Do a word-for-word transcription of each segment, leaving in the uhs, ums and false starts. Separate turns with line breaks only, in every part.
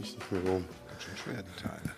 ich nicht mehr rum.
Ganz schön schwer, die Teile.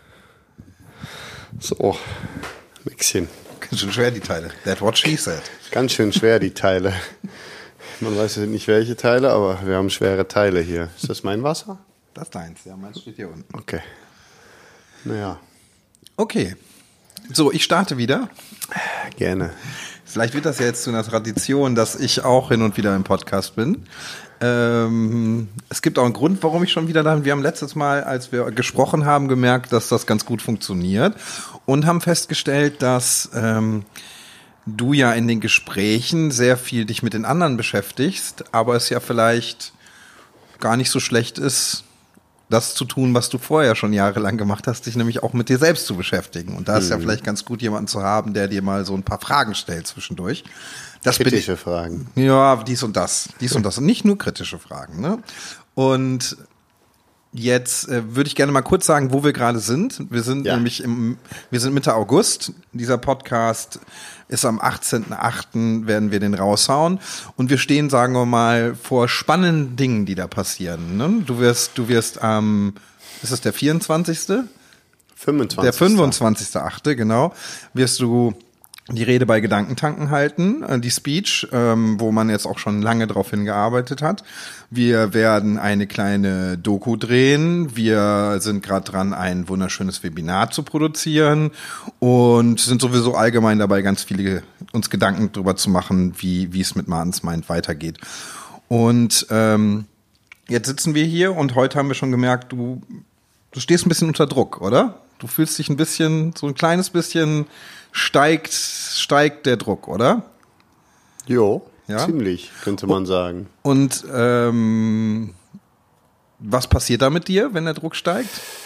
So, Mixchen.
Ganz schön schwer, die Teile. That's what she said.
Ganz schön schwer, die Teile. Man weiß nicht, welche Teile, aber wir haben schwere Teile hier. Ist das mein Wasser?
Das ist deins, ja, meins steht hier unten.
Okay. Naja.
Okay. So, ich starte wieder.
Gerne.
Vielleicht wird das ja jetzt zu einer Tradition, dass ich auch hin und wieder im Podcast bin. Ähm, es gibt auch einen Grund, warum ich schon wieder da bin. Wir haben letztes Mal, als wir gesprochen haben, gemerkt, dass das ganz gut funktioniert und haben festgestellt, dass ähm, du ja in den Gesprächen sehr viel dich mit den anderen beschäftigst, aber es ja vielleicht gar nicht so schlecht ist, das zu tun, was du vorher schon jahrelang gemacht hast, dich nämlich auch mit dir selbst zu beschäftigen. Und da ist mhm. ja vielleicht ganz gut, jemanden zu haben, der dir mal so ein paar Fragen stellt zwischendurch. Das
kritische
ich,
Fragen.
Ja, dies und das. Dies und das. Und nicht nur kritische Fragen. Ne? Und jetzt äh, würde ich gerne mal kurz sagen, wo wir gerade sind. Wir sind ja. nämlich im, wir sind Mitte August. Dieser Podcast ist am achtzehnten achten werden wir den raushauen. Und wir stehen, sagen wir mal, vor spannenden Dingen, die da passieren. Ne? Du wirst, du wirst am, ähm, ist es der vierundzwanzigste?
fünfundzwanzigste
Der fünfundzwanzigste achte genau, wirst du die Rede bei Gedankentanken halten, die Speech, ähm, wo man jetzt auch schon lange drauf hingearbeitet hat. Wir werden eine kleine Doku drehen. Wir sind gerade dran, ein wunderschönes Webinar zu produzieren und sind sowieso allgemein dabei, ganz viele uns Gedanken drüber zu machen, wie wie es mit Martens Mind weitergeht. Und ähm, jetzt sitzen wir hier und heute haben wir schon gemerkt, du du stehst ein bisschen unter Druck, oder? Du fühlst dich ein bisschen, so ein kleines bisschen steigt, steigt der Druck, oder?
Jo,
ja?
Ziemlich, könnte man sagen.
Und ähm, was passiert da mit dir, wenn der Druck steigt?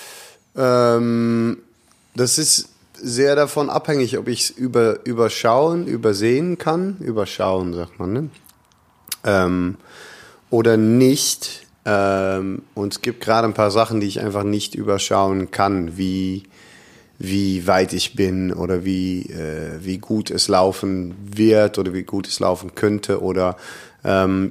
Ähm, das ist sehr davon abhängig, ob ich es über, überschauen, übersehen kann. Überschauen, sagt man, ne? Ähm, oder nicht. Ähm, und es gibt gerade ein paar Sachen, die ich einfach nicht überschauen kann, wie wie weit ich bin oder wie äh, wie gut es laufen wird oder wie gut es laufen könnte oder ähm,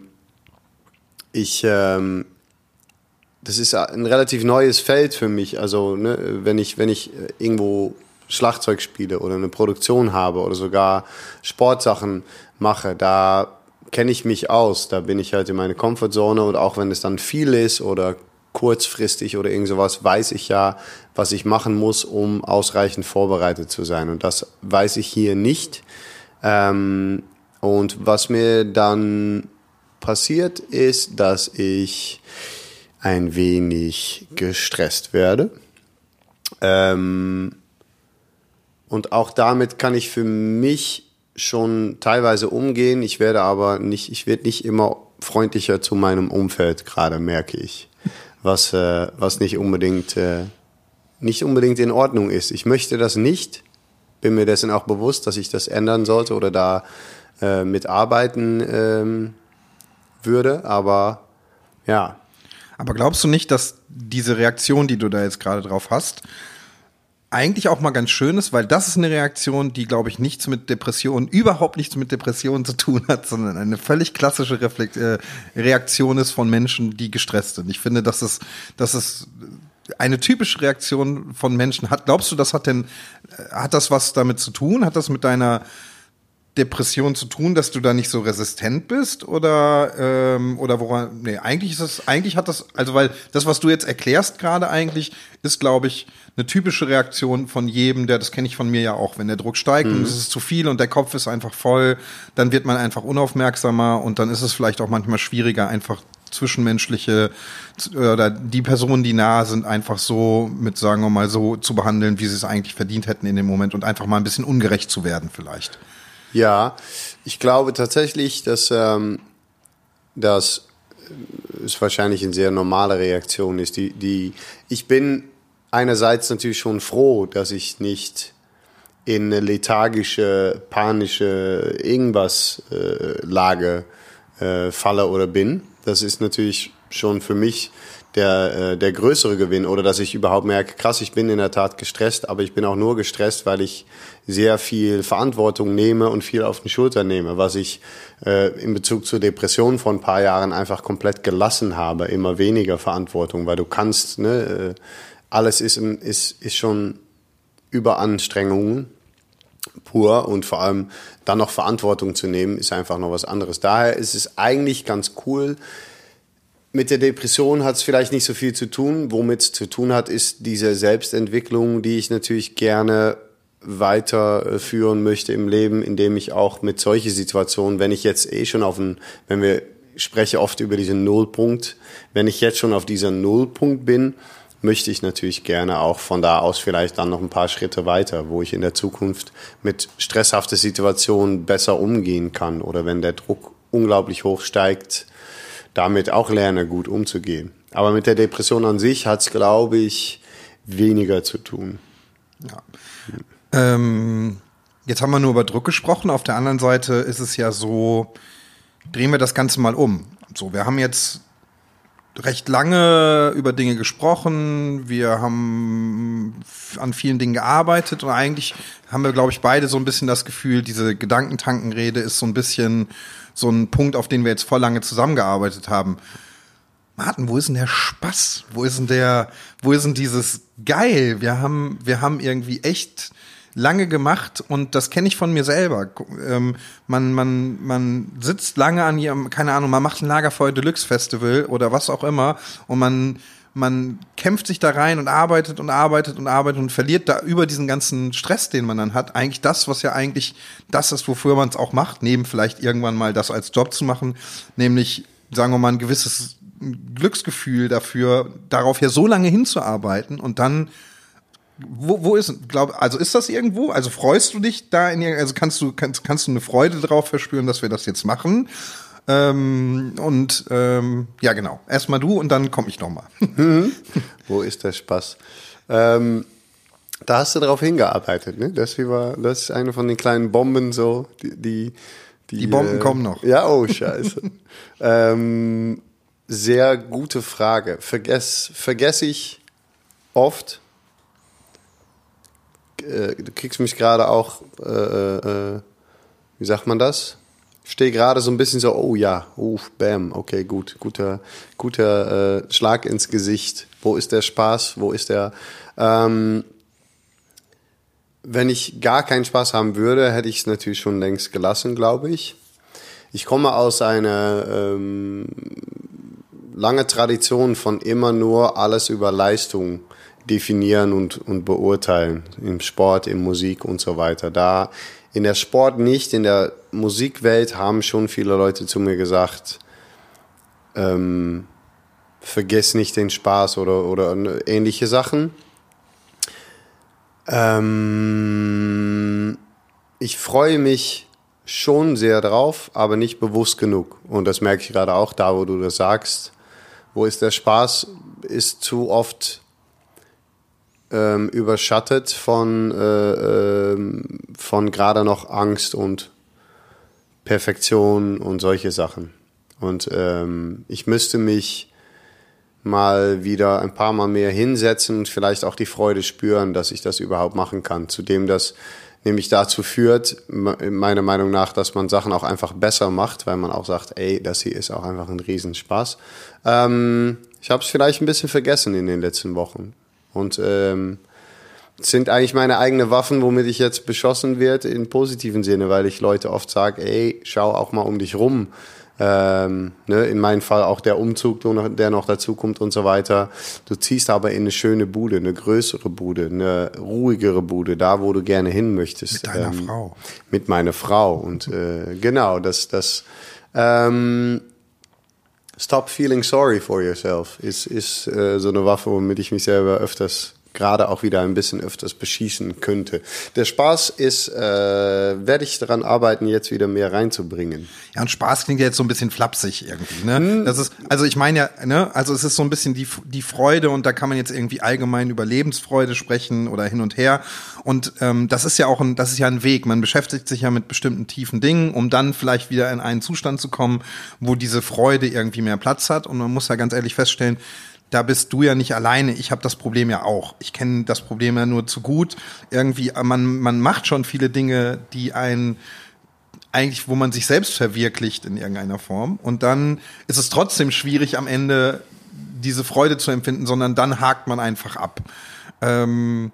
ich ähm, das ist ein relativ neues Feld für mich, also ne, wenn ich wenn ich irgendwo Schlagzeug spiele oder eine Produktion habe oder sogar Sportsachen mache, da kenne ich mich aus, da bin ich halt in meine Comfortzone und auch wenn es dann viel ist oder kurzfristig oder irgend sowas, weiß ich ja, was ich machen muss, um ausreichend vorbereitet zu sein. Und das weiß ich hier nicht. Ähm, und was mir dann passiert, ist, dass ich ein wenig gestresst werde. Ähm, und auch damit kann ich für mich schon teilweise umgehen. Ich werde aber nicht, ich werde nicht immer freundlicher zu meinem Umfeld, gerade merke ich. Was, äh, was nicht unbedingt, äh, nicht unbedingt in Ordnung ist. Ich möchte das nicht, bin mir dessen auch bewusst, dass ich das ändern sollte oder da äh, mitarbeiten ähm, würde, aber ja.
Aber glaubst du nicht, dass diese Reaktion, die du da jetzt gerade drauf hast, eigentlich auch mal ganz schön ist, weil das ist eine Reaktion, die, glaube ich, nichts mit Depressionen, überhaupt nichts mit Depressionen zu tun hat, sondern eine völlig klassische Reflekt- äh, Reaktion ist von Menschen, die gestresst sind. Ich finde, dass es, dass es eine typische Reaktion von Menschen hat. Glaubst du, das hat denn, hat das was damit zu tun? Hat das mit deiner Depression zu tun, dass du da nicht so resistent bist oder ähm, oder woran? Nee, eigentlich ist es, eigentlich hat das, also weil das, was du jetzt erklärst gerade eigentlich, ist, glaube ich, eine typische Reaktion von jedem, der, das kenne ich von mir ja auch, wenn der Druck steigt mhm. und es ist zu viel und der Kopf ist einfach voll, dann wird man einfach unaufmerksamer und dann ist es vielleicht auch manchmal schwieriger, einfach zwischenmenschliche oder die Personen, die nahe sind, einfach so mit, sagen wir mal, so zu behandeln, wie sie es eigentlich verdient hätten in dem Moment und einfach mal ein bisschen ungerecht zu werden vielleicht.
Ja, ich glaube tatsächlich, dass ähm, das ist wahrscheinlich eine sehr normale Reaktion ist. Die, die, ich bin einerseits natürlich schon froh, dass ich nicht in eine lethargische, panische irgendwas äh, Lage äh, falle oder bin. Das ist natürlich schon für mich der, äh, der größere Gewinn oder dass ich überhaupt merke, krass, ich bin in der Tat gestresst, aber ich bin auch nur gestresst, weil ich sehr viel Verantwortung nehme und viel auf die Schulter nehme, was ich äh, in Bezug zur Depression vor ein paar Jahren einfach komplett gelassen habe, immer weniger Verantwortung, weil du kannst, ne, äh, alles ist, ist, ist schon Überanstrengungen pur und vor allem dann noch Verantwortung zu nehmen, ist einfach noch was anderes. Daher ist es eigentlich ganz cool. Mit der Depression hat es vielleicht nicht so viel zu tun. Womit es zu tun hat, ist diese Selbstentwicklung, die ich natürlich gerne weiterführen möchte im Leben, indem ich auch mit solchen Situationen, wenn ich jetzt eh schon auf einen, wenn wir spreche oft über diesen Nullpunkt, wenn ich jetzt schon auf dieser Nullpunkt bin, möchte ich natürlich gerne auch von da aus vielleicht dann noch ein paar Schritte weiter, wo ich in der Zukunft mit stresshaften Situationen besser umgehen kann oder wenn der Druck unglaublich hoch steigt, damit auch lerne, gut umzugehen. Aber mit der Depression an sich hat es, glaube ich, weniger zu tun.
Ja. Ähm, jetzt haben wir nur über Druck gesprochen. Auf der anderen Seite ist es ja so, drehen wir das Ganze mal um. So, wir haben jetzt recht lange über Dinge gesprochen. Wir haben an vielen Dingen gearbeitet und eigentlich haben wir, glaube ich, beide so ein bisschen das Gefühl, diese Gedankentankenrede ist so ein bisschen so ein Punkt, auf den wir jetzt voll lange zusammengearbeitet haben. Martin, wo ist denn der Spaß? Wo ist denn der, wo ist denn dieses geil? Wir haben, wir haben irgendwie echt lange gemacht und das kenne ich von mir selber. Ähm, man, man, man sitzt lange an ihrem, keine Ahnung, man macht ein Lagerfeuer Deluxe Festival oder was auch immer und man, man kämpft sich da rein und arbeitet und arbeitet und arbeitet und verliert da über diesen ganzen Stress, den man dann hat, eigentlich das, was ja eigentlich das ist, wofür man es auch macht, neben vielleicht irgendwann mal das als Job zu machen, nämlich, sagen wir mal, ein gewisses Glücksgefühl dafür, darauf ja so lange hinzuarbeiten und dann Wo, wo ist, glaub, also ist das irgendwo? Also freust du dich da in, also kannst du, kannst, kannst du eine Freude drauf verspüren, dass wir das jetzt machen? Ähm, und, ähm, ja, genau. Erstmal du und dann komme ich nochmal.
Mhm. Wo ist der Spaß? Ähm, da hast du drauf hingearbeitet, ne? Das war, das ist eine von den kleinen Bomben, so, die, die, die,
die Bomben
äh,
kommen noch.
Ja, oh, scheiße. ähm, sehr gute Frage. Vergess, vergesse ich oft, du kriegst mich gerade auch, äh, äh, wie sagt man das? Ich stehe gerade so ein bisschen so, oh ja, uff, bam, okay, gut, guter, guter äh, Schlag ins Gesicht. Wo ist der Spaß? Wo ist der? Ähm, wenn ich gar keinen Spaß haben würde, hätte ich es natürlich schon längst gelassen, glaube ich. Ich komme aus einer ähm, langen Tradition von immer nur alles über Leistung definieren und, und beurteilen. Im Sport, in Musik und so weiter. Da in der Sport nicht, in der Musikwelt haben schon viele Leute zu mir gesagt, ähm, vergiss nicht den Spaß oder, oder ähnliche Sachen. Ähm, ich freue mich schon sehr drauf, aber nicht bewusst genug. Und das merke ich gerade auch da, wo du das sagst. Wo ist der Spaß? Ist zu oft Ähm, überschattet von, äh, ähm, von gerade noch Angst und Perfektion und solche Sachen. Und ähm, ich müsste mich mal wieder ein paar Mal mehr hinsetzen und vielleicht auch die Freude spüren, dass ich das überhaupt machen kann. Zudem das nämlich dazu führt, meiner Meinung nach, dass man Sachen auch einfach besser macht, weil man auch sagt, ey, das hier ist auch einfach ein Riesenspaß. Ähm, ich habe es vielleicht ein bisschen vergessen in den letzten Wochen. Und ähm, sind eigentlich meine eigenen Waffen, womit ich jetzt beschossen werde, im positiven Sinne, weil ich Leute oft sage, ey, schau auch mal um dich rum. Ähm, ne, in meinem Fall auch der Umzug, der noch dazu kommt und so weiter. Du ziehst aber in eine schöne Bude, eine größere Bude, eine ruhigere Bude, da wo du gerne hin möchtest.
Mit deiner
ähm,
Frau.
Mit meiner Frau. Und äh, genau, das, das ähm, Stop feeling sorry for yourself ist, ist äh, so eine Waffe, womit ich mich selber öfters, gerade auch wieder ein bisschen öfters beschießen könnte. Der Spaß ist, äh, werde ich daran arbeiten, jetzt wieder mehr reinzubringen.
Ja, und Spaß klingt ja jetzt so ein bisschen flapsig irgendwie, ne? Hm. Das ist, also ich meine ja, ne, also es ist so ein bisschen die, die Freude und da kann man jetzt irgendwie allgemein über Lebensfreude sprechen oder hin und her. Und ähm, das ist ja auch ein, das ist ja ein Weg. Man beschäftigt sich ja mit bestimmten tiefen Dingen, um dann vielleicht wieder in einen Zustand zu kommen, wo diese Freude irgendwie mehr Platz hat. Und man muss ja ganz ehrlich feststellen, da bist du ja nicht alleine. Ich habe das Problem ja auch. Ich kenne das Problem ja nur zu gut. Irgendwie, man, man macht schon viele Dinge, die einen eigentlich, wo man sich selbst verwirklicht in irgendeiner Form. Und dann ist es trotzdem schwierig, am Ende diese Freude zu empfinden, sondern dann hakt man einfach ab. Ähm,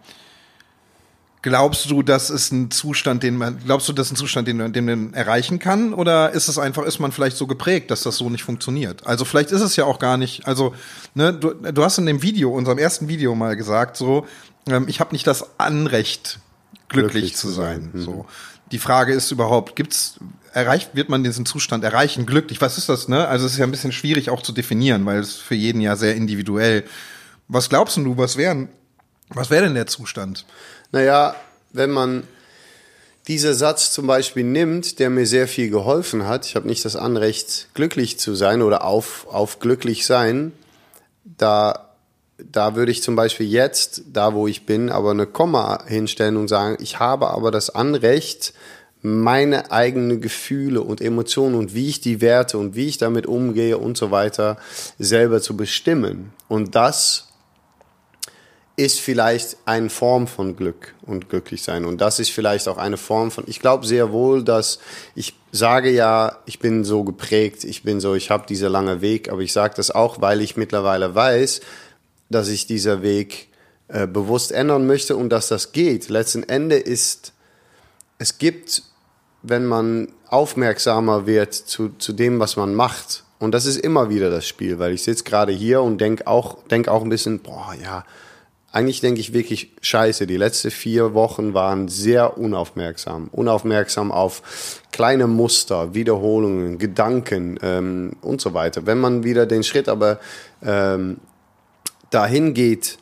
glaubst du, das ist ein Zustand, den man, glaubst du, das ist ein Zustand, den, den man erreichen kann? Oder ist es einfach, ist man vielleicht so geprägt, dass das so nicht funktioniert? Also vielleicht ist es ja auch gar nicht, also, ne, du, du hast in dem Video, unserem ersten Video mal gesagt, so, ähm, ich habe nicht das Anrecht, glücklich, glücklich zu sein. sein. Mhm. So. Die Frage ist überhaupt, gibt's, erreicht, wird man diesen Zustand erreichen, glücklich? Was ist das, ne? Also es ist ja ein bisschen schwierig auch zu definieren, weil es für jeden ja sehr individuell. Was glaubst du, was wären, was wäre denn der Zustand?
Naja, wenn man diesen Satz zum Beispiel nimmt, der mir sehr viel geholfen hat, ich habe nicht das Anrecht, glücklich zu sein oder auf, auf glücklich sein, da, da würde ich zum Beispiel jetzt, da wo ich bin, aber eine Komma hinstellen und sagen, ich habe aber das Anrecht, meine eigenen Gefühle und Emotionen und wie ich die werte und wie ich damit umgehe und so weiter selber zu bestimmen. Und das ist vielleicht eine Form von Glück und glücklich sein. Und das ist vielleicht auch eine Form von, ich glaube sehr wohl, dass ich sage ja, ich bin so geprägt, ich bin so, ich habe dieser lange Weg, aber ich sage das auch, weil ich mittlerweile weiß, dass ich dieser Weg äh, bewusst ändern möchte und dass das geht. Letzten Endes ist, es gibt, wenn man aufmerksamer wird zu, zu dem, was man macht, und das ist immer wieder das Spiel, weil ich sitze gerade hier und denke auch, denk auch ein bisschen, boah, ja, eigentlich denke ich wirklich, scheiße, die letzten vier Wochen waren sehr unaufmerksam. Unaufmerksam auf kleine Muster, Wiederholungen, Gedanken ähm, und so weiter. Wenn man wieder den Schritt aber ähm, dahin geht,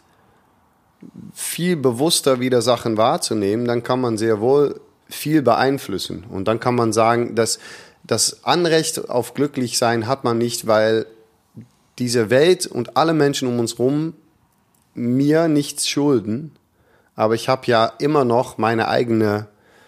viel bewusster wieder Sachen wahrzunehmen, dann kann man sehr wohl viel beeinflussen. Und dann kann man sagen, dass das Anrecht auf Glücklichsein hat man nicht, weil diese Welt und alle Menschen um uns herum mir nichts schulden, aber ich habe ja immer noch meine eigene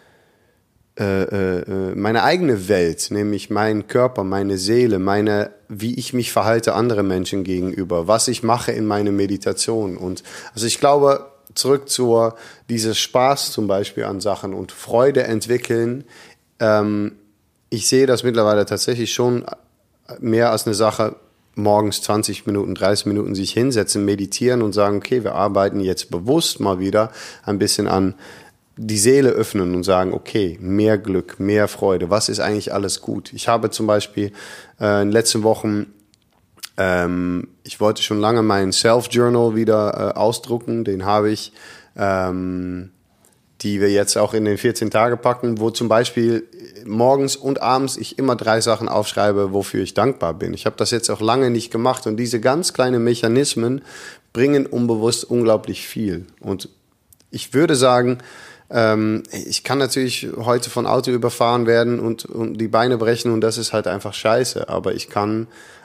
äh, äh, meine eigene Welt, nämlich meinen Körper, meine Seele, meine, wie ich mich verhalte anderen Menschen gegenüber, was ich mache in meiner Meditation. Und also ich glaube, zurück zu dieses Spaß zum Beispiel an Sachen und Freude entwickeln, ähm, ich sehe das mittlerweile tatsächlich schon mehr als eine Sache, morgens zwanzig Minuten, dreißig Minuten sich hinsetzen, meditieren und sagen, okay, wir arbeiten jetzt bewusst mal wieder ein bisschen an die Seele öffnen und sagen, okay, mehr Glück, mehr Freude, was ist eigentlich alles gut? Ich habe zum Beispiel äh, in den letzten Wochen, ähm, ich wollte schon lange meinen Self-Journal wieder äh, ausdrucken, den habe ich, ähm, die wir jetzt auch in den vierzehn Tage packen, wo zum Beispiel morgens und abends ich immer drei Sachen aufschreibe, wofür ich dankbar bin. Ich habe das jetzt auch lange nicht gemacht und diese ganz kleinen Mechanismen bringen unbewusst unglaublich viel. Und ich würde sagen, ähm, ich kann natürlich heute von Auto überfahren werden und, und die Beine brechen und das ist halt einfach scheiße, aber ich kann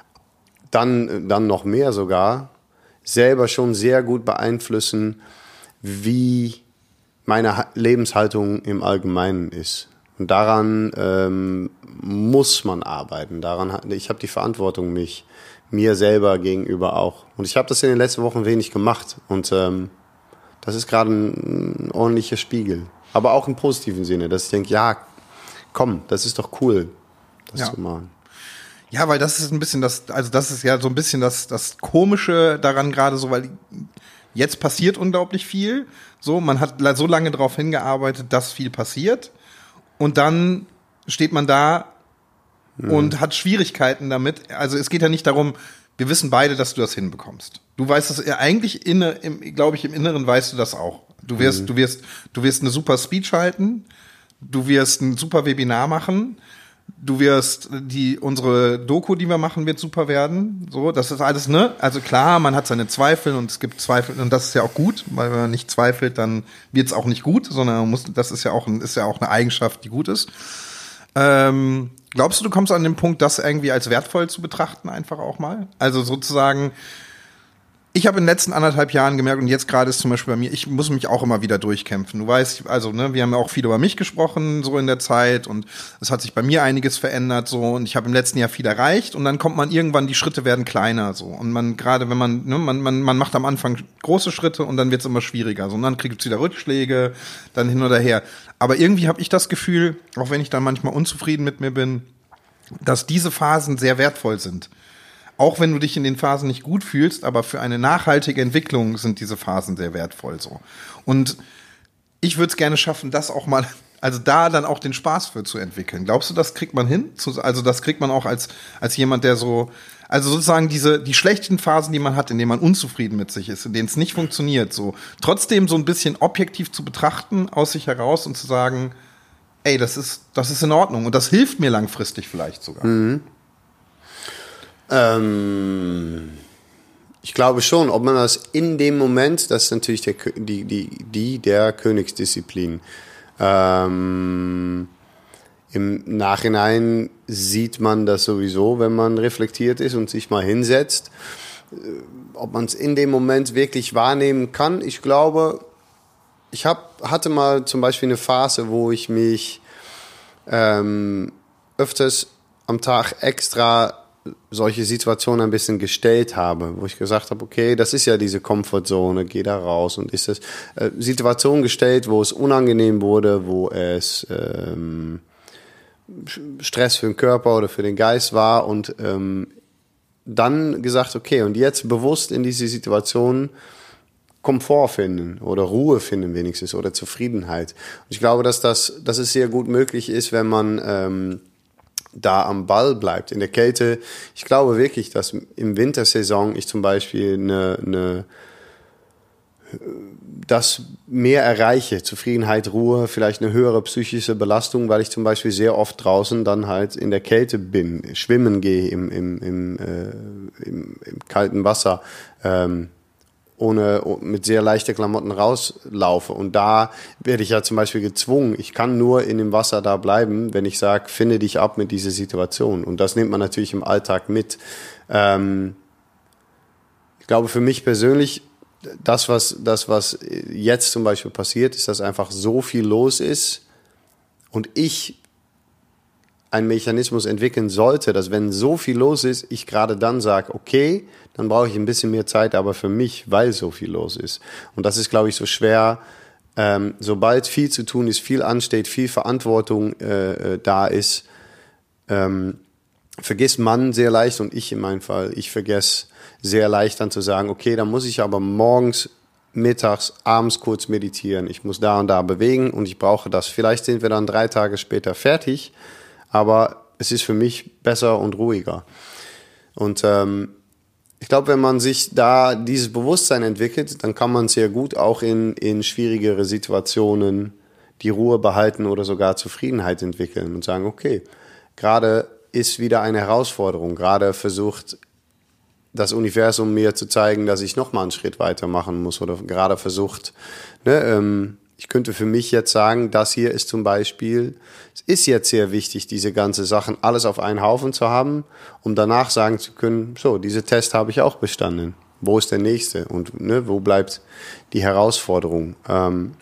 dann, dann noch mehr sogar selber schon sehr gut beeinflussen, wie meine Lebenshaltung im Allgemeinen ist. Und daran ähm, muss man arbeiten. Daran, ich habe die Verantwortung mich, mir selber gegenüber auch. Und ich habe das in den letzten Wochen wenig gemacht. Und ähm, das ist gerade ein, ein ordentlicher Spiegel. Aber auch im positiven Sinne, dass ich denke, ja, komm, das ist doch cool, das
ja.
zu machen.
Ja, weil das ist ein bisschen das, also das ist ja so ein bisschen das, das Komische daran gerade so, weil jetzt passiert unglaublich viel. So, man hat so lange darauf hingearbeitet, dass viel passiert. Und dann steht man da mhm. und hat Schwierigkeiten damit. Also es geht ja nicht darum, wir wissen beide, dass du das hinbekommst. Du weißt es ja eigentlich, inne, im, glaube ich, im Inneren weißt du das auch. Du wirst, mhm. du wirst, du wirst eine super Speech halten. Du wirst ein super Webinar machen. Du wirst die, unsere Doku, die wir machen, wird super werden. So, das ist alles, ne? Also klar, man hat seine Zweifel und es gibt Zweifel und das ist ja auch gut, weil wenn man nicht zweifelt, dann wird es auch nicht gut, sondern man muss, das ist ja auch, ein, ist ja auch eine Eigenschaft, die gut ist. Ähm, glaubst du, du kommst an den Punkt, das irgendwie als wertvoll zu betrachten, einfach auch mal? Also sozusagen, Ich habe in den letzten anderthalb Jahren gemerkt, und jetzt gerade ist zum Beispiel bei mir, ich muss mich auch immer wieder durchkämpfen. Du weißt, also ne, wir haben ja auch viel über mich gesprochen so in der Zeit und es hat sich bei mir einiges verändert so und ich habe im letzten Jahr viel erreicht und dann kommt man irgendwann, die Schritte werden kleiner so und man gerade wenn man ne, man man man macht am Anfang große Schritte und dann wird es immer schwieriger so und dann kriegt es wieder Rückschläge, dann hin oder her. Aber irgendwie habe ich das Gefühl, auch wenn ich dann manchmal unzufrieden mit mir bin, dass diese Phasen sehr wertvoll sind. Auch wenn du dich in den Phasen nicht gut fühlst, aber für eine nachhaltige Entwicklung sind diese Phasen sehr wertvoll so. Und ich würde es gerne schaffen, das auch mal, also da dann auch den Spaß für zu entwickeln. Glaubst du, das kriegt man hin? Also das kriegt man auch als als jemand, der so, also sozusagen diese die schlechten Phasen, die man hat, in denen man unzufrieden mit sich ist, in denen es nicht funktioniert, so trotzdem so ein bisschen objektiv zu betrachten aus sich heraus und zu sagen, ey, das ist das ist in Ordnung und das hilft mir langfristig vielleicht sogar.
Mhm. Ähm, ich glaube schon, ob man das in dem Moment, das ist natürlich der, die, die, die der Königsdisziplin. Ähm, im Nachhinein sieht man das sowieso, wenn man reflektiert ist und sich mal hinsetzt. Ob man es in dem Moment wirklich wahrnehmen kann, ich glaube, ich hab, hatte mal zum Beispiel eine Phase, wo ich mich ähm, öfters am Tag extra solche Situationen ein bisschen gestellt habe, wo ich gesagt habe, okay, das ist ja diese Comfortzone, geh da raus und ist das äh, Situation gestellt, wo es unangenehm wurde, wo es ähm, Stress für den Körper oder für den Geist war und ähm, dann gesagt, okay, und jetzt bewusst in diese Situation Komfort finden oder Ruhe finden wenigstens oder Zufriedenheit. Und ich glaube, dass das, dass es sehr gut möglich ist, wenn man ähm, da am Ball bleibt. In der Kälte, ich glaube wirklich, dass im Wintersaison ich zum Beispiel eine, eine das mehr erreiche, Zufriedenheit, Ruhe, vielleicht eine höhere psychische Belastung, weil ich zum Beispiel sehr oft draußen dann halt in der Kälte bin, schwimmen gehe im, im, im, äh, im, im kalten Wasser, ähm, ohne mit sehr leichten Klamotten rauslaufe. Und da werde ich ja zum Beispiel gezwungen, ich kann nur in dem Wasser da bleiben, wenn ich sage, finde dich ab mit dieser Situation. Und das nimmt man natürlich im Alltag mit. Ähm, ich glaube, für mich persönlich, das was, das, was jetzt zum Beispiel passiert, ist, dass einfach so viel los ist und ich einen Mechanismus entwickeln sollte, dass wenn so viel los ist, ich gerade dann sage, okay, dann brauche ich ein bisschen mehr Zeit, aber für mich, weil so viel los ist. Und das ist, glaube ich, so schwer, ähm, sobald viel zu tun ist, viel ansteht, viel Verantwortung äh, da ist, ähm, vergisst man sehr leicht und ich in meinem Fall, ich vergesse sehr leicht dann zu sagen, okay, dann muss ich aber morgens, mittags, abends kurz meditieren, ich muss da und da bewegen und ich brauche das. Vielleicht sind wir dann drei Tage später fertig, aber es ist für mich besser und ruhiger. Und ähm, ich glaube, wenn man sich da dieses Bewusstsein entwickelt, dann kann man sehr gut auch in, in schwierigere Situationen die Ruhe behalten oder sogar Zufriedenheit entwickeln und sagen, okay, gerade ist wieder eine Herausforderung, gerade versucht das Universum mir zu zeigen, dass ich nochmal einen Schritt weiter machen muss oder gerade versucht, ne, ähm, ich könnte für mich jetzt sagen, das hier ist zum Beispiel, es ist jetzt sehr wichtig, diese ganze Sachen alles auf einen Haufen zu haben, um danach sagen zu können, so, diese Test habe ich auch bestanden. Wo ist der nächste? Und ne, wo bleibt die Herausforderung? Ähm,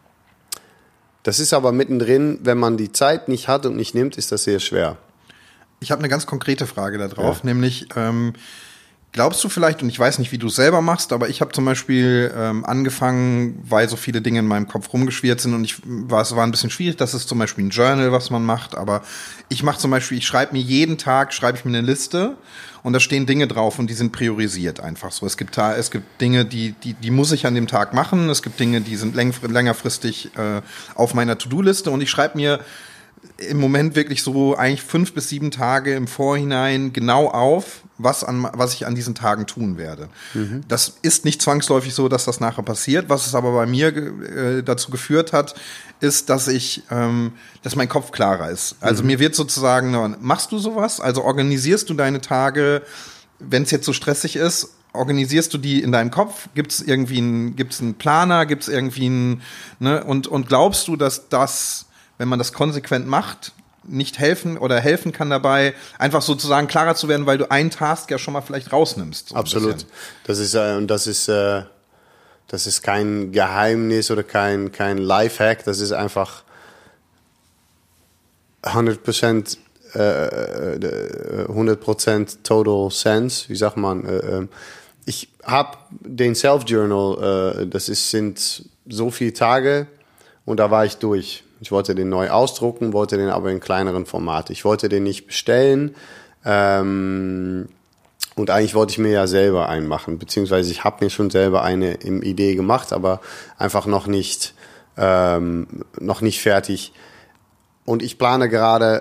das ist aber mittendrin, wenn man die Zeit nicht hat und nicht nimmt, ist das sehr schwer.
Ich habe eine ganz konkrete Frage da drauf,
ja.
nämlich ähm, glaubst du vielleicht, und ich weiß nicht, wie du es selber machst, aber ich habe zum Beispiel ähm, angefangen, weil so viele Dinge in meinem Kopf rumgeschwirrt sind und ich war, es war ein bisschen schwierig, das ist zum Beispiel ein Journal, was man macht, aber ich mache zum Beispiel, ich schreibe mir jeden Tag, schreibe ich mir eine Liste und da stehen Dinge drauf und die sind priorisiert einfach so. Es gibt, es gibt Dinge, die, die, die muss ich an dem Tag machen, es gibt Dinge, die sind läng, längerfristig äh, auf meiner To-Do-Liste und ich schreibe mir im Moment wirklich so eigentlich fünf bis sieben Tage im Vorhinein genau auf, was an, was ich an diesen Tagen tun werde. Mhm. Das ist nicht zwangsläufig so, dass das nachher passiert. Was es aber bei mir äh, dazu geführt hat, ist, dass ich, ähm, dass mein Kopf klarer ist. Also mhm. mir wird sozusagen, machst du sowas? Also organisierst du deine Tage, wenn es jetzt so stressig ist, organisierst du die in deinem Kopf? Gibt es irgendwie einen, gibt's einen Planer? Gibt es irgendwie einen, ne? Und, und glaubst du, dass das, wenn man das konsequent macht, nicht helfen oder helfen kann dabei, einfach sozusagen klarer zu werden, weil du einen Task ja schon mal vielleicht rausnimmst. So
Absolut. Das ist, äh, und das ist, äh, das ist kein Geheimnis oder kein, kein Lifehack. Das ist einfach hundert Prozent, äh, hundert Prozent total sense. Wie sagt man? Äh, ich habe den Self-Journal, äh, das ist, sind so viele Tage und da war ich durch. Ich wollte den neu ausdrucken, wollte den aber in kleineren Format. Ich wollte den nicht bestellen ähm, und eigentlich wollte ich mir ja selber einen machen, beziehungsweise ich habe mir schon selber eine im Idee gemacht, aber einfach noch nicht, ähm, noch nicht fertig. Und ich plane gerade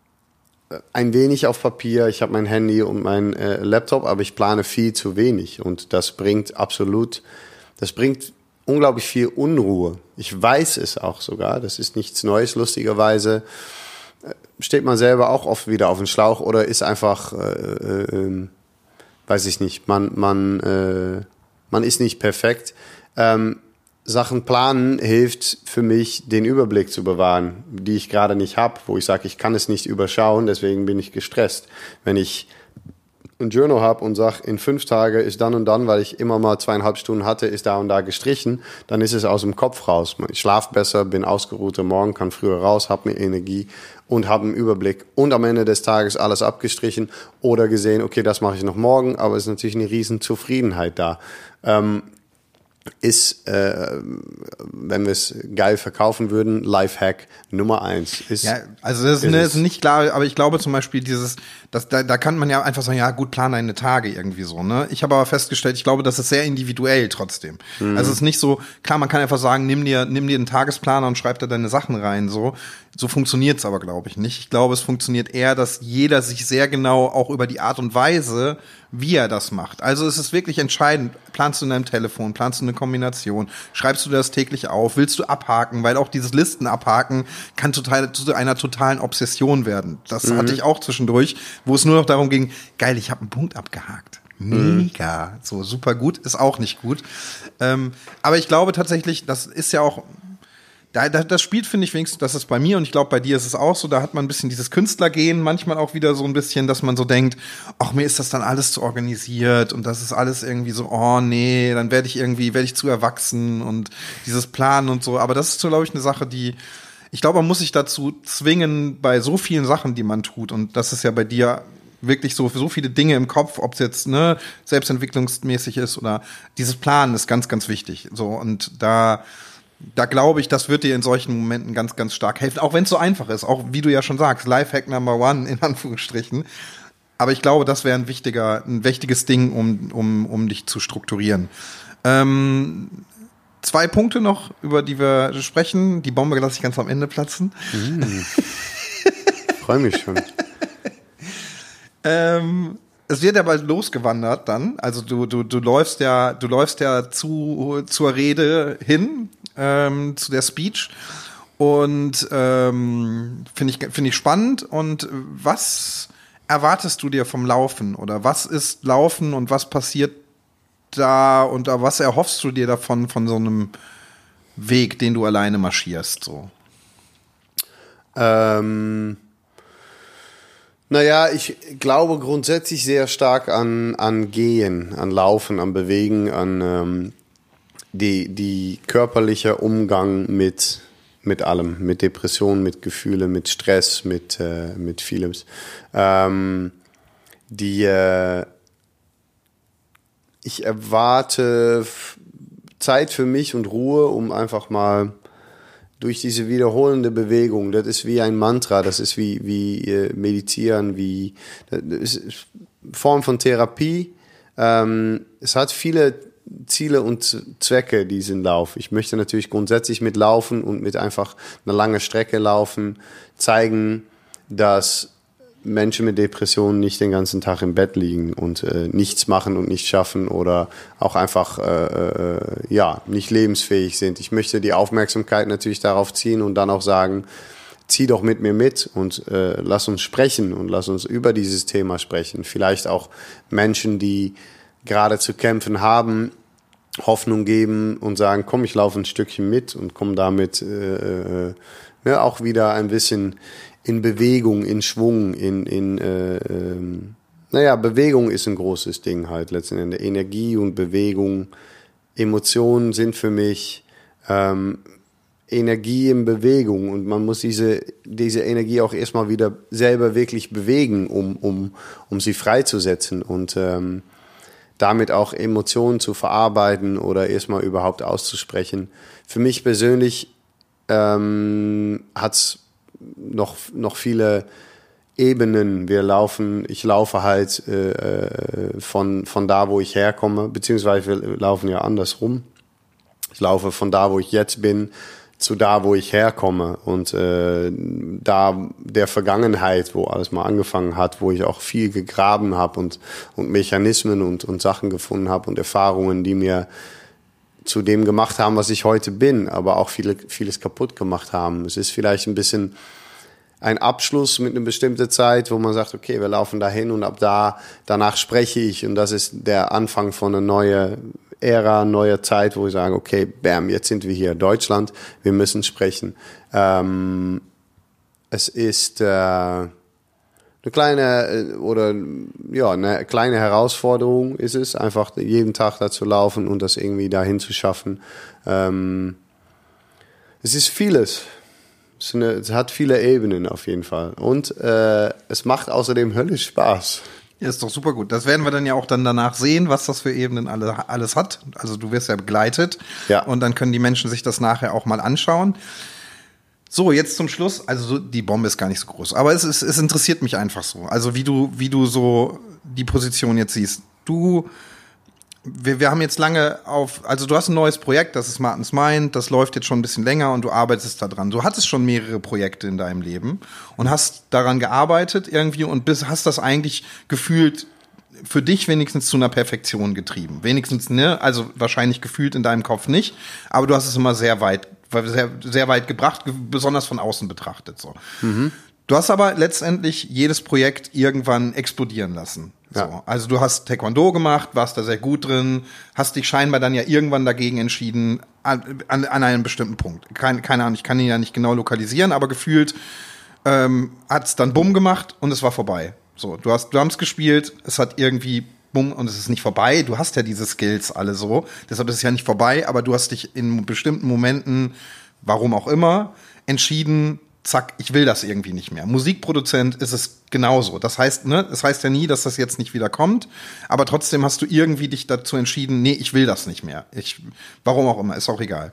ein wenig auf Papier. Ich habe mein Handy und mein äh, Laptop, aber ich plane viel zu wenig und das bringt absolut, das bringt unglaublich viel Unruhe. Ich weiß es auch sogar, das ist nichts Neues. Lustigerweise steht man selber auch oft wieder auf den Schlauch oder ist einfach, äh, äh, weiß ich nicht, man, man, äh, man ist nicht perfekt. Ähm, Sachen planen hilft für mich, den Überblick zu bewahren, die ich gerade nicht habe, wo ich sage, ich kann es nicht überschauen, deswegen bin ich gestresst. Wenn ich ein Journal habe und sage, in fünf Tage ist dann und dann, weil ich immer mal zweieinhalb Stunden hatte, ist da und da gestrichen, dann ist es aus dem Kopf raus. Ich schlafe besser, bin ausgeruhter Morgen, kann früher raus, habe mehr Energie und habe einen Überblick. Und am Ende des Tages alles abgestrichen oder gesehen, okay, das mache ich noch morgen, aber es ist natürlich eine riesen Zufriedenheit da. Ähm, ist, äh, wenn wir es geil verkaufen würden, Lifehack Nummer eins. Ist,
ja, also das ist, ist, ne, ist nicht klar, aber ich glaube zum Beispiel dieses, das, da, da kann man ja einfach sagen, ja gut, plan deine Tage irgendwie so, ne? Ich habe aber festgestellt, ich glaube, das ist sehr individuell trotzdem. Mhm. Also es ist nicht so, klar, man kann einfach sagen, nimm dir, nimm dir einen Tagesplaner und schreib da deine Sachen rein, so. So funktioniert's aber, glaube ich, nicht. Ich glaube, es funktioniert eher, dass jeder sich sehr genau auch über die Art und Weise, wie er das macht. Also es ist wirklich entscheidend, planst du in deinem Telefon, planst du eine Kombination, schreibst du das täglich auf, willst du abhaken, weil auch dieses Listen abhaken kann total zu einer totalen Obsession werden. Das mhm. hatte ich auch zwischendurch, wo es nur noch darum ging, geil, ich habe einen Punkt abgehakt. Mega, mhm. so super gut, ist auch nicht gut. Ähm, aber ich glaube tatsächlich, das ist ja auch Da, da, das spielt, finde ich, wenigstens, das ist bei mir und ich glaube, bei dir ist es auch so, da hat man ein bisschen dieses Künstlergehen, manchmal auch wieder so ein bisschen, dass man so denkt, ach, mir ist das dann alles zu organisiert und das ist alles irgendwie so, oh nee, dann werde ich irgendwie, werde ich zu erwachsen und dieses Planen und so, aber das ist so, glaube ich, eine Sache, die, ich glaube, man muss sich dazu zwingen, bei so vielen Sachen, die man tut und das ist ja bei dir wirklich so, so viele Dinge im Kopf, ob es jetzt, ne, selbstentwicklungsmäßig ist oder dieses Planen ist ganz, ganz wichtig, so und da Da glaube ich, das wird dir in solchen Momenten ganz, ganz stark helfen. Auch wenn es so einfach ist. Auch wie du ja schon sagst, Lifehack Number One in Anführungsstrichen. Aber ich glaube, das wäre ein wichtiger, ein wichtiges Ding, um, um, um dich zu strukturieren. Ähm, zwei Punkte noch, über die wir sprechen. Die Bombe lasse ich ganz am Ende platzen.
Mm. Freue mich schon.
ähm, Es wird ja bald losgewandert dann. Also du, du, du läufst ja, du läufst ja zu, zur Rede hin, ähm, zu der Speech. Und ähm, finde ich, finde ich spannend. Und was erwartest du dir vom Laufen? Oder was ist Laufen und was passiert da? Und was erhoffst du dir davon, von so einem Weg, den du alleine marschierst? So?
Ähm. Naja, ich glaube grundsätzlich sehr stark an, an Gehen, an Laufen, an Bewegen, an ähm, die, die körperliche Umgang mit, mit allem, mit Depressionen, mit Gefühlen, mit Stress, mit, äh, mit vielem. Ähm, die, äh, ich erwarte Zeit für mich und Ruhe, um einfach mal durch diese wiederholende Bewegung, das ist wie ein Mantra, das ist wie, wie äh, Meditieren, wie das ist Form von Therapie. Ähm, es hat viele Ziele und Zwecke, diesen Lauf. Ich möchte natürlich grundsätzlich mit Laufen und mit einfach einer langen Strecke laufen, zeigen, dass Menschen mit Depressionen nicht den ganzen Tag im Bett liegen und äh, nichts machen und nicht schaffen oder auch einfach äh, äh, ja nicht lebensfähig sind. Ich möchte die Aufmerksamkeit natürlich darauf ziehen und dann auch sagen, zieh doch mit mir mit und äh, lass uns sprechen und lass uns über dieses Thema sprechen. Vielleicht auch Menschen, die gerade zu kämpfen haben, Hoffnung geben und sagen, komm, ich laufe ein Stückchen mit und komm damit äh, äh, ja, auch wieder ein bisschen in Bewegung, in Schwung, in, in äh, ähm, naja, Bewegung ist ein großes Ding halt letzten Endes. Energie und Bewegung, Emotionen sind für mich ähm, Energie in Bewegung und man muss diese, diese Energie auch erstmal wieder selber wirklich bewegen, um, um, um sie freizusetzen und ähm, damit auch Emotionen zu verarbeiten oder erstmal überhaupt auszusprechen. Für mich persönlich ähm, hat's noch, noch viele Ebenen. Wir laufen, ich laufe halt äh, von, von da, wo ich herkomme, beziehungsweise wir laufen ja andersrum. Ich laufe von da, wo ich jetzt bin, zu da, wo ich herkomme und äh, da der Vergangenheit, wo alles mal angefangen hat, wo ich auch viel gegraben habe und, und Mechanismen und, und Sachen gefunden habe und Erfahrungen, die mir zu dem gemacht haben, was ich heute bin, aber auch viele, vieles kaputt gemacht haben. Es ist vielleicht ein bisschen ein Abschluss mit einer bestimmten Zeit, wo man sagt, okay, wir laufen dahin und ab da, danach spreche ich und das ist der Anfang von einer neuen Ära, neuer Zeit, wo ich sage, okay, bam, jetzt sind wir hier, Deutschland, wir müssen sprechen. Ähm, es ist äh, eine kleine oder ja eine kleine Herausforderung ist es, einfach jeden Tag da zu laufen und das irgendwie dahin zu schaffen. Ähm, es ist vieles. Es, ist eine, es hat viele Ebenen auf jeden Fall und äh, es macht außerdem höllisch Spaß.
Ja, ist doch super gut. Das werden wir dann ja auch dann danach sehen, was das für Ebenen alle, alles hat. Also du wirst ja begleitet
ja.
Und dann können die Menschen sich das nachher auch mal anschauen. So, jetzt zum Schluss. Also so, die Bombe ist gar nicht so groß, aber es, ist, es interessiert mich einfach so. Also wie du, wie du so die Position jetzt siehst. Du, wir, wir haben jetzt lange auf, also du hast ein neues Projekt, das ist Martins Mind, das läuft jetzt schon ein bisschen länger und du arbeitest da dran. Du hattest schon mehrere Projekte in deinem Leben und hast daran gearbeitet irgendwie und bist, hast das eigentlich gefühlt für dich wenigstens zu einer Perfektion getrieben. Wenigstens, ne, also wahrscheinlich gefühlt in deinem Kopf nicht, aber du hast es immer sehr weit, sehr, sehr weit gebracht, besonders von außen betrachtet, so. Mhm. Du hast aber letztendlich jedes Projekt irgendwann explodieren lassen. So. Ja. Also du hast Taekwondo gemacht, warst da sehr gut drin, hast dich scheinbar dann ja irgendwann dagegen entschieden, an, an, an einem bestimmten Punkt. Keine, keine Ahnung, ich kann ihn ja nicht genau lokalisieren, aber gefühlt ähm, hat es dann Bumm gemacht und es war vorbei. So, du hast Drums gespielt, es hat irgendwie Bumm und es ist nicht vorbei. Du hast ja diese Skills alle so, deshalb ist es ja nicht vorbei, aber du hast dich in bestimmten Momenten, warum auch immer, entschieden, zack, ich will das irgendwie nicht mehr. Musikproduzent ist es genauso. Das heißt, ne, das heißt ja nie, dass das jetzt nicht wieder kommt, aber trotzdem hast du irgendwie dich dazu entschieden, nee, ich will das nicht mehr. Ich, warum auch immer, ist auch egal.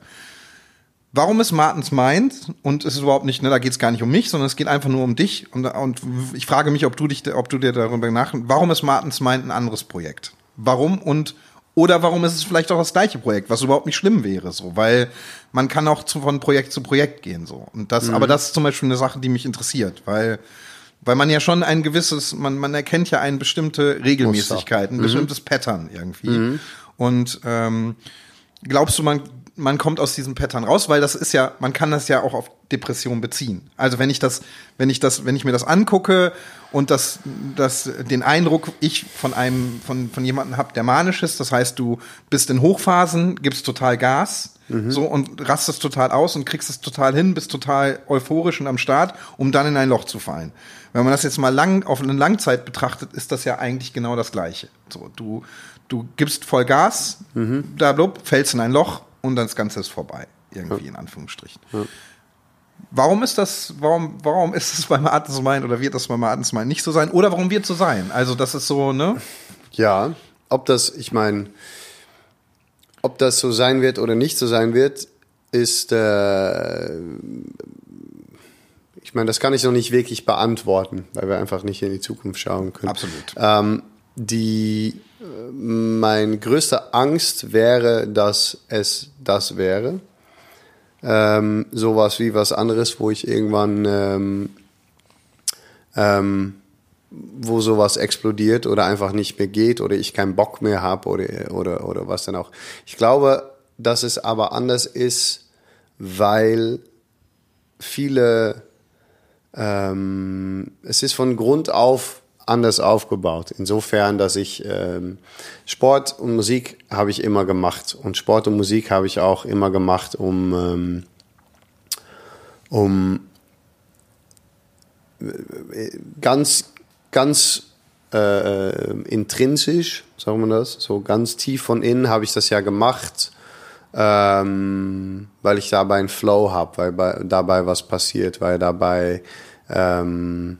Warum ist Martins Mind, und es ist überhaupt nicht, ne, da geht es gar nicht um mich, sondern es geht einfach nur um dich und, und ich frage mich, ob du dich, ob du dir darüber nach, warum ist Martins Mind ein anderes Projekt? Warum und oder warum ist es vielleicht auch das gleiche Projekt, was überhaupt nicht schlimm wäre, so, weil man kann auch zu, von Projekt zu Projekt gehen, so. Und das, mhm. aber das ist zum Beispiel eine Sache, die mich interessiert, weil, weil man ja schon ein gewisses, man, man erkennt ja eine bestimmte Regelmäßigkeit, ein mhm. bestimmtes Pattern irgendwie. Mhm. Und ähm, glaubst du, man man kommt aus diesem Pattern raus, weil das ist ja, man kann das ja auch auf Depression beziehen. Also wenn ich das, wenn ich das, wenn ich mir das angucke und das, das, den Eindruck ich von einem, von, von jemandem habe, der manisch ist, das heißt, du bist in Hochphasen, gibst total Gas, mhm. so, und rastest total aus und kriegst es total hin, bist total euphorisch und am Start, um dann in ein Loch zu fallen. Wenn man das jetzt mal lang, auf eine Langzeit betrachtet, ist das ja eigentlich genau das Gleiche. So, du, du gibst voll Gas, mhm. da blub, fällst in ein Loch, und dann das Ganze ist vorbei, irgendwie, ja. in Anführungsstrichen. Ja. Warum ist das, warum, warum ist es bei Martins Mind oder wird das bei Martins Mind nicht so sein? Oder warum wird es so sein? Also, das ist so, ne?
Ja, ob das, ich meine, ob das so sein wird oder nicht so sein wird, ist, äh, ich meine, das kann ich noch nicht wirklich beantworten, weil wir einfach nicht in die Zukunft schauen können.
Absolut.
Ähm, die, meine größte Angst wäre, dass es das wäre. Ähm, sowas wie was anderes, wo ich irgendwann, ähm, ähm, wo sowas explodiert oder einfach nicht mehr geht oder ich keinen Bock mehr habe oder, oder, oder was dann auch. Ich glaube, dass es aber anders ist, weil viele, ähm, es ist von Grund auf anders aufgebaut. Insofern, dass ich ähm, Sport und Musik habe ich immer gemacht und Sport und Musik habe ich auch immer gemacht, um ähm, um ganz, ganz äh, intrinsisch, sagen wir das, so ganz tief von innen habe ich das ja gemacht, ähm, weil ich dabei einen Flow habe, weil bei, dabei was passiert, weil dabei ähm,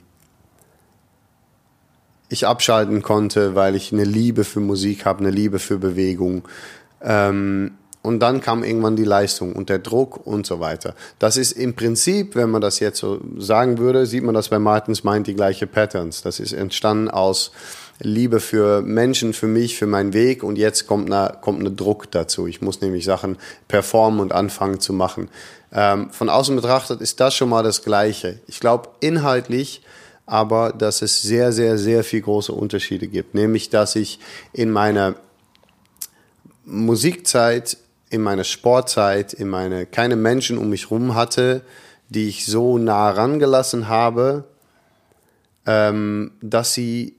ich abschalten konnte, weil ich eine Liebe für Musik habe, eine Liebe für Bewegung. Ähm, und dann kam irgendwann die Leistung und der Druck und so weiter. Das ist im Prinzip, wenn man das jetzt so sagen würde, sieht man das bei Martins Mind die gleiche Patterns. Das ist entstanden aus Liebe für Menschen, für mich, für meinen Weg und jetzt kommt eine, kommt eine Druck dazu. Ich muss nämlich Sachen performen und anfangen zu machen. Ähm, von außen betrachtet ist das schon mal das Gleiche. Ich glaube inhaltlich aber, dass es sehr, sehr, sehr viel große Unterschiede gibt. Nämlich, dass ich in meiner Musikzeit, in meiner Sportzeit, in meine keine Menschen um mich rum hatte, die ich so nah rangelassen habe, ähm, dass sie,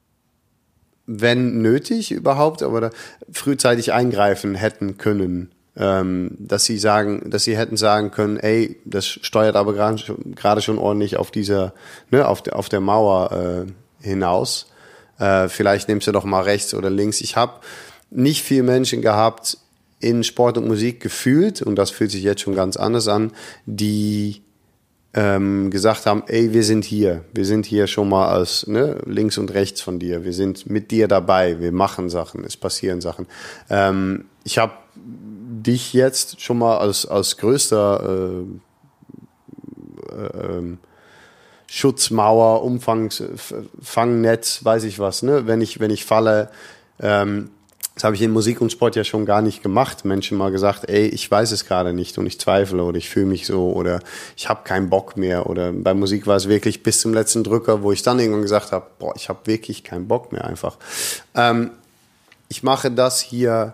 wenn nötig überhaupt, aber da, frühzeitig eingreifen hätten können. Ähm, dass sie sagen, dass sie hätten sagen können, ey, das steuert aber gerade schon ordentlich auf dieser, ne, auf der, auf der Mauer äh, hinaus. Äh, vielleicht nimmst du doch mal rechts oder links. Ich habe nicht viel Menschen gehabt in Sport und Musik gefühlt, und das fühlt sich jetzt schon ganz anders an, die ähm, gesagt haben, ey, wir sind hier, wir sind hier schon mal als ne, links und rechts von dir, wir sind mit dir dabei, wir machen Sachen, es passieren Sachen. Ähm, ich habe dich jetzt schon mal als, als größter äh, äh, Schutzmauer, Umfangs, Fangnetz, weiß ich was, ne? Wenn ich, wenn ich falle, ähm, das habe ich in Musik und Sport ja schon gar nicht gemacht. Menschen mal gesagt, ey, ich weiß es gerade nicht und ich zweifle oder ich fühle mich so oder ich habe keinen Bock mehr. Oder bei Musik war es wirklich bis zum letzten Drücker, wo ich dann irgendwann gesagt habe, boah, ich habe wirklich keinen Bock mehr einfach. Ähm, ich mache das hier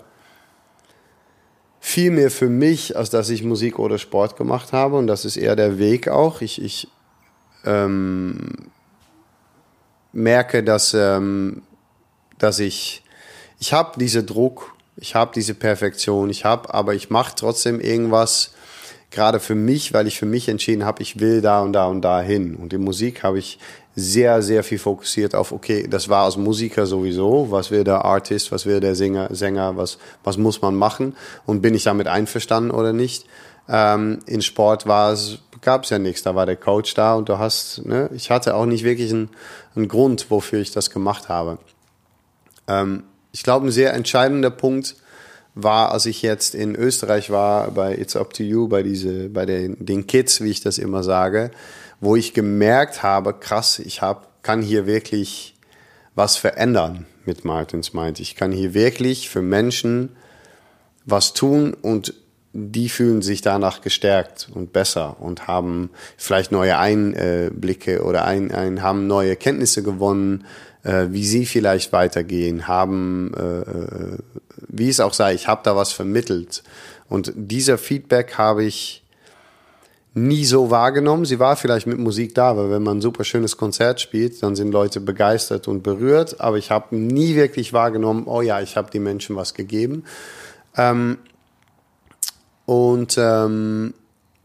viel mehr für mich, als dass ich Musik oder Sport gemacht habe. Und das ist eher der Weg auch. Ich, ich ähm, merke, dass, ähm, dass ich Ich habe diesen Druck, ich habe diese Perfektion, ich habe, aber ich mache trotzdem irgendwas, gerade für mich, weil ich für mich entschieden habe, ich will da und da und da hin. Und in Musik habe ich sehr, sehr viel fokussiert auf, okay, das war als Musiker sowieso, was will der Artist, was will der Sänger, Sänger was, was muss man machen und bin ich damit einverstanden oder nicht. Ähm, in Sport war es, gab es ja nichts, da war der Coach da und du hast, ne, ich hatte auch nicht wirklich einen, einen Grund, wofür ich das gemacht habe. Ähm, Ich glaube, ein sehr entscheidender Punkt war, als ich jetzt in Österreich war, bei It's Up to You, bei, diese, bei den, den Kids, wie ich das immer sage, wo ich gemerkt habe, krass, ich hab, kann hier wirklich was verändern mit Martins Mind. Ich kann hier wirklich für Menschen was tun und die fühlen sich danach gestärkt und besser und haben vielleicht neue Einblicke oder ein, ein, haben neue Kenntnisse gewonnen, äh, wie sie vielleicht weitergehen, haben, äh, wie es auch sei, ich habe da was vermittelt. Und dieser Feedback habe ich nie so wahrgenommen. Sie war vielleicht mit Musik da, weil wenn man ein super schönes Konzert spielt, dann sind Leute begeistert und berührt, aber ich habe nie wirklich wahrgenommen, oh ja, ich habe den Menschen was gegeben. Ähm, Und ähm,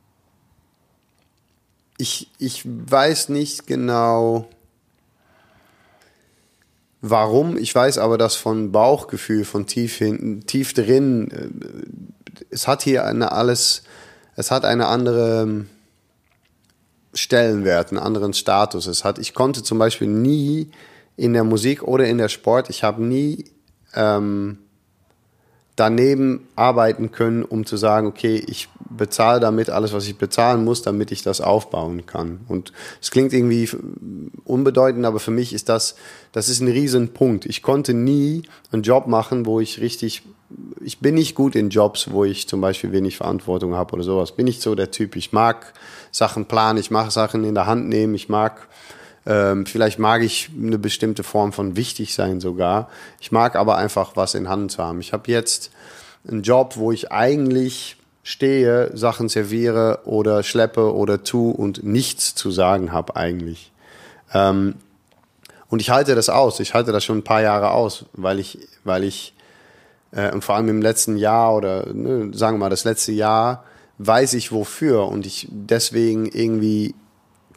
ich, ich weiß nicht genau, warum. Ich weiß aber, dass von Bauchgefühl, von tief hinten, tief drin, äh, es hat hier eine alles, es hat eine andere Stellenwert, einen anderen Status. Es hat, ich konnte zum Beispiel nie in der Musik oder in der Sport, ich habe nie ähm, daneben arbeiten können, um zu sagen, okay, ich bezahle damit alles, was ich bezahlen muss, damit ich das aufbauen kann. Und es klingt irgendwie unbedeutend, aber für mich ist das, das ist ein Riesenpunkt. Ich konnte nie einen Job machen, wo ich richtig, ich bin nicht gut in Jobs, wo ich zum Beispiel wenig Verantwortung habe oder sowas. Bin nicht so der Typ. Ich mag Sachen planen, ich mag Sachen in der Hand nehmen, ich mag Ähm, vielleicht mag ich eine bestimmte Form von wichtig sein sogar. Ich mag aber einfach was in Hand zu haben. Ich habe jetzt einen Job, wo ich eigentlich stehe, Sachen serviere oder schleppe oder tue und nichts zu sagen habe eigentlich. Ähm, und ich halte das aus. Ich halte das schon ein paar Jahre aus, weil ich, weil ich äh, und vor allem im letzten Jahr oder ne, sagen wir mal das letzte Jahr weiß ich wofür und ich deswegen irgendwie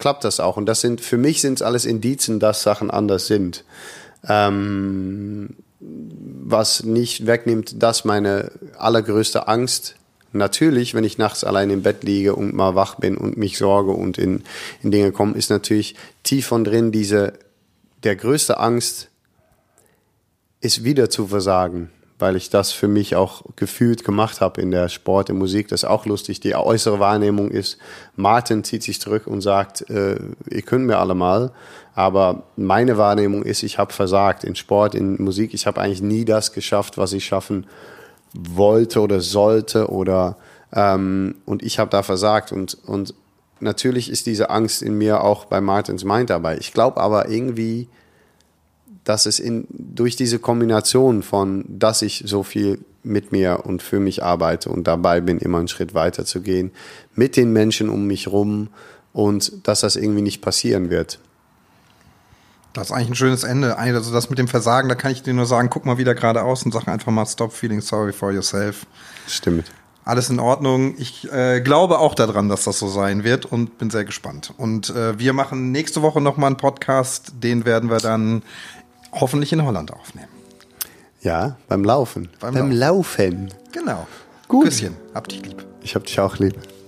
klappt das auch. Und das sind, für mich sind es alles Indizien, dass Sachen anders sind. Ähm, was nicht wegnimmt, dass meine allergrößte Angst, natürlich, wenn ich nachts allein im Bett liege und mal wach bin und mich sorge und in, in Dinge komme, ist natürlich tief von drin diese, der größte Angst ist wieder zu versagen, weil ich das für mich auch gefühlt gemacht habe in der Sport, in Musik. Das ist auch lustig. Die äußere Wahrnehmung ist, Martin zieht sich zurück und sagt, äh, ihr könnt mir alle mal. Aber meine Wahrnehmung ist, ich habe versagt in Sport, in Musik. Ich habe eigentlich nie das geschafft, was ich schaffen wollte oder sollte. Oder ähm, und ich habe da versagt. Und, und natürlich ist diese Angst in mir auch bei Martins Mind dabei. Ich glaube aber irgendwie, dass es in, durch diese Kombination von, dass ich so viel mit mir und für mich arbeite und dabei bin, immer einen Schritt weiter zu gehen, mit den Menschen um mich rum und dass das irgendwie nicht passieren wird.
Das ist eigentlich ein schönes Ende. Also das mit dem Versagen, da kann ich dir nur sagen, guck mal wieder geradeaus und sag einfach mal, stop feeling sorry for yourself.
Stimmt.
Alles in Ordnung. Ich äh, glaube auch daran, dass das so sein wird und bin sehr gespannt. Und äh, wir machen nächste Woche nochmal einen Podcast, den werden wir dann hoffentlich in Holland aufnehmen.
Ja, beim Laufen.
Beim,
beim Laufen.
Laufen. Genau.
Gut.
Küsschen. Hab dich lieb.
Ich hab dich auch lieb.